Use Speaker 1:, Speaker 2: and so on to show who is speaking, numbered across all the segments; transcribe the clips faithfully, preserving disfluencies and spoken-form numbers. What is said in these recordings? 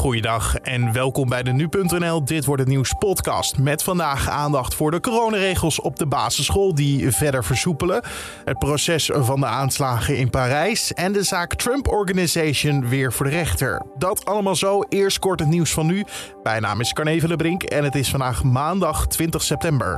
Speaker 1: Goeiedag en welkom bij de nu punt n l Dit wordt het nieuws podcast. Met vandaag aandacht voor de coronaregels op de basisschool die verder versoepelen. Het proces van de aanslagen in Parijs en de zaak Trump Organization weer voor de rechter. Dat allemaal zo. Eerst kort het nieuws van nu. Mijn naam is Carne Vellebrink en het is vandaag maandag twintig september.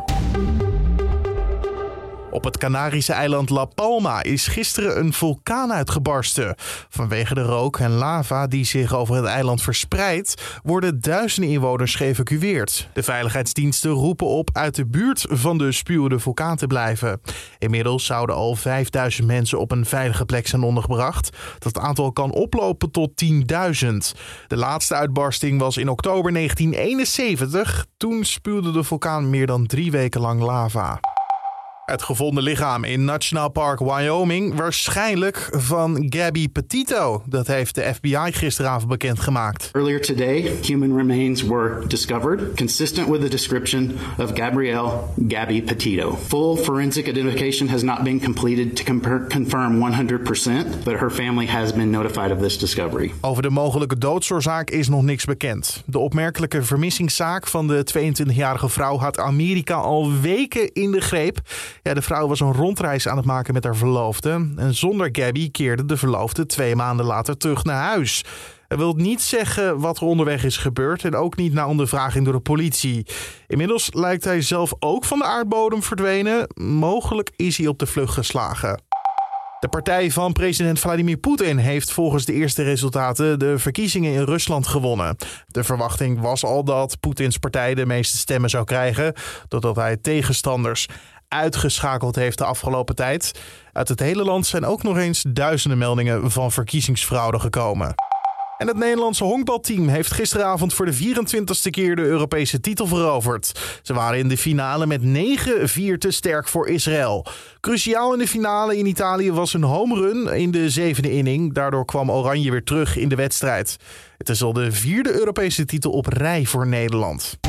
Speaker 1: Op het Canarische eiland La Palma is gisteren een vulkaan uitgebarsten. Vanwege de rook en lava die zich over het eiland verspreidt, worden duizenden inwoners geëvacueerd. De veiligheidsdiensten roepen op uit de buurt van de spuwende vulkaan te blijven. Inmiddels zouden al vijfduizend mensen op een veilige plek zijn ondergebracht. Dat aantal kan oplopen tot tienduizend. De laatste uitbarsting was in oktober negentien eenenzeventig. Toen spuwde de vulkaan meer dan drie weken lang lava. Het gevonden lichaam in National Park Wyoming waarschijnlijk van Gabby Petito. Dat heeft de F B I gisteravond bekendgemaakt.
Speaker 2: Earlier today, human remains were discovered, consistent with the description of Gabrielle Gabby Petito. Full forensic identification has not been completed to confirm honderd procent, but her family has been notified of this discovery.
Speaker 1: Over de mogelijke doodsoorzaak is nog niks bekend. De opmerkelijke vermissingszaak van de tweeëntwintigjarige vrouw had Amerika al weken in de greep. Ja, de vrouw was een rondreis aan het maken met haar verloofde. En zonder Gabby keerde de verloofde twee maanden later terug naar huis. Hij wil niet zeggen wat er onderweg is gebeurd en ook niet na ondervraging door de politie. Inmiddels lijkt hij zelf ook van de aardbodem verdwenen. Mogelijk is hij op de vlucht geslagen. De partij van president Vladimir Poetin heeft volgens de eerste resultaten de verkiezingen in Rusland gewonnen. De verwachting was al dat Poetins partij de meeste stemmen zou krijgen, doordat hij tegenstanders uitgeschakeld heeft de afgelopen tijd. Uit het hele land zijn ook nog eens duizenden meldingen van verkiezingsfraude gekomen. En het Nederlandse honkbalteam heeft gisteravond voor de vierentwintigste keer de Europese titel veroverd. Ze waren in de finale met negen vier te sterk voor Israël. Cruciaal in de finale in Italië was een home run in de zevende inning. Daardoor kwam Oranje weer terug in de wedstrijd. Het is al de vierde Europese titel op rij voor Nederland.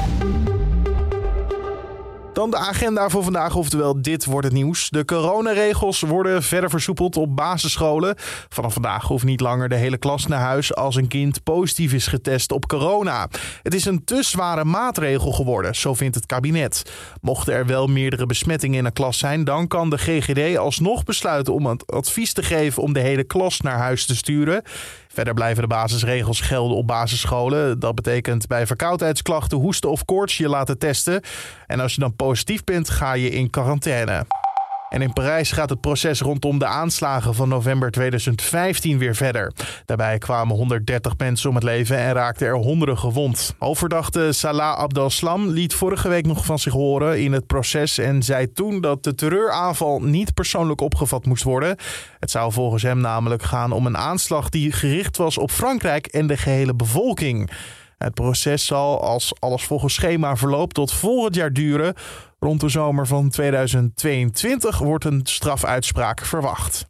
Speaker 1: Dan de agenda voor vandaag, oftewel dit wordt het nieuws. De coronaregels worden verder versoepeld op basisscholen. Vanaf vandaag hoeft niet langer de hele klas naar huis als een kind positief is getest op corona. Het is een te zware maatregel geworden, zo vindt het kabinet. Mochten er wel meerdere besmettingen in een klas zijn, dan kan de G G D alsnog besluiten om het advies te geven om de hele klas naar huis te sturen. Verder blijven de basisregels gelden op basisscholen. Dat betekent bij verkoudheidsklachten, hoesten of koorts je laten testen. En als je dan positief bent, ga je in quarantaine. En in Parijs gaat het proces rondom de aanslagen van november tweeduizend vijftien weer verder. Daarbij kwamen honderddertig mensen om het leven en raakten er honderden gewond. Hoofdverdachte Salah Abdeslam liet vorige week nog van zich horen in het proces en zei toen dat de terreuraanval niet persoonlijk opgevat moest worden. Het zou volgens hem namelijk gaan om een aanslag die gericht was op Frankrijk en de gehele bevolking. Het proces zal, als alles volgens schema verloopt, tot volgend jaar duren. Rond de zomer van tweeduizend tweeëntwintig wordt een strafuitspraak verwacht.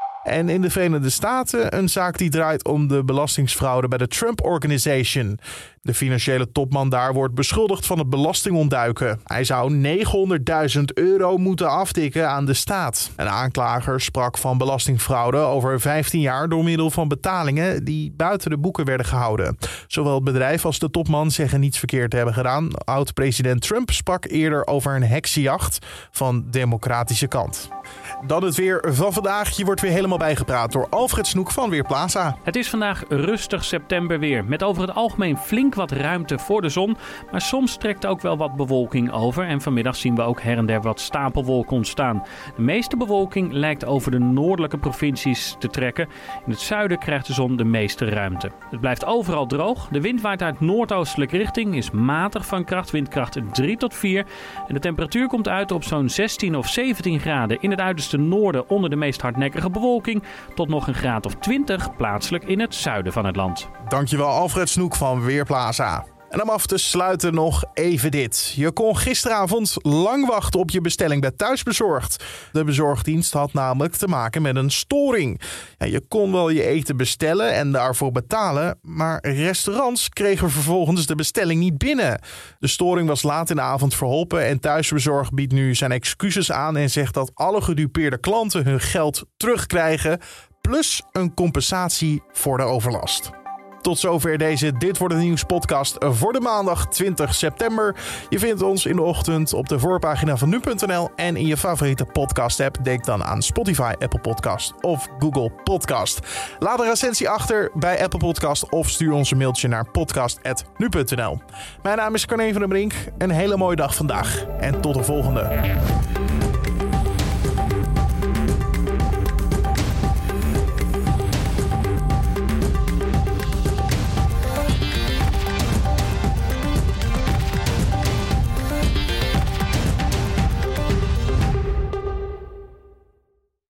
Speaker 1: En in de Verenigde Staten een zaak die draait om de belastingsfraude bij de Trump Organization. De financiële topman daar wordt beschuldigd van het belastingontduiken. Hij zou negenhonderdduizend euro moeten aftikken aan de staat. Een aanklager sprak van belastingfraude over vijftien jaar door middel van betalingen die buiten de boeken werden gehouden. Zowel het bedrijf als de topman zeggen niets verkeerd te hebben gedaan. Oud-president Trump sprak eerder over een heksenjacht van democratische kant. Dan het weer van vandaag. Je wordt weer helemaal bijgepraat door Alfred Snoek van Weerplaza.
Speaker 3: Het is vandaag rustig septemberweer. Met over het algemeen flink wat ruimte voor de zon. Maar soms trekt ook wel wat bewolking over. En vanmiddag zien we ook her en der wat stapelwolken ontstaan. De meeste bewolking lijkt over de noordelijke provincies te trekken. In het zuiden krijgt de zon de meeste ruimte. Het blijft overal droog. De wind waait uit noordoostelijke richting. Is matig van kracht, windkracht drie tot vier. En de temperatuur komt uit op zo'n zestien of zeventien graden in het uiterste noorden onder de meest hardnekkige bewolking, tot nog een graad of twintig plaatselijk in het zuiden van het land.
Speaker 1: Dankjewel Alfred Snoek van Weerplaza. En om af te sluiten nog even dit. Je kon gisteravond lang wachten op je bestelling bij Thuisbezorgd. De bezorgdienst had namelijk te maken met een storing. Ja, je kon wel je eten bestellen en daarvoor betalen, maar restaurants kregen vervolgens de bestelling niet binnen. De storing was laat in de avond verholpen en Thuisbezorgd biedt nu zijn excuses aan en zegt dat alle gedupeerde klanten hun geld terugkrijgen, plus een compensatie voor de overlast. tot zover deze Dit Wordt Het Nieuws podcast voor de maandag twintig september. Je vindt ons in de ochtend op de voorpagina van nu punt n l en in je favoriete podcast app. Denk dan aan Spotify, Apple Podcast of Google Podcast. Laat een recensie achter bij Apple Podcast of stuur ons een mailtje naar podcast apenstaartje nu punt n l. Mijn naam is Carne van der Brink. Een hele mooie dag vandaag en tot de volgende.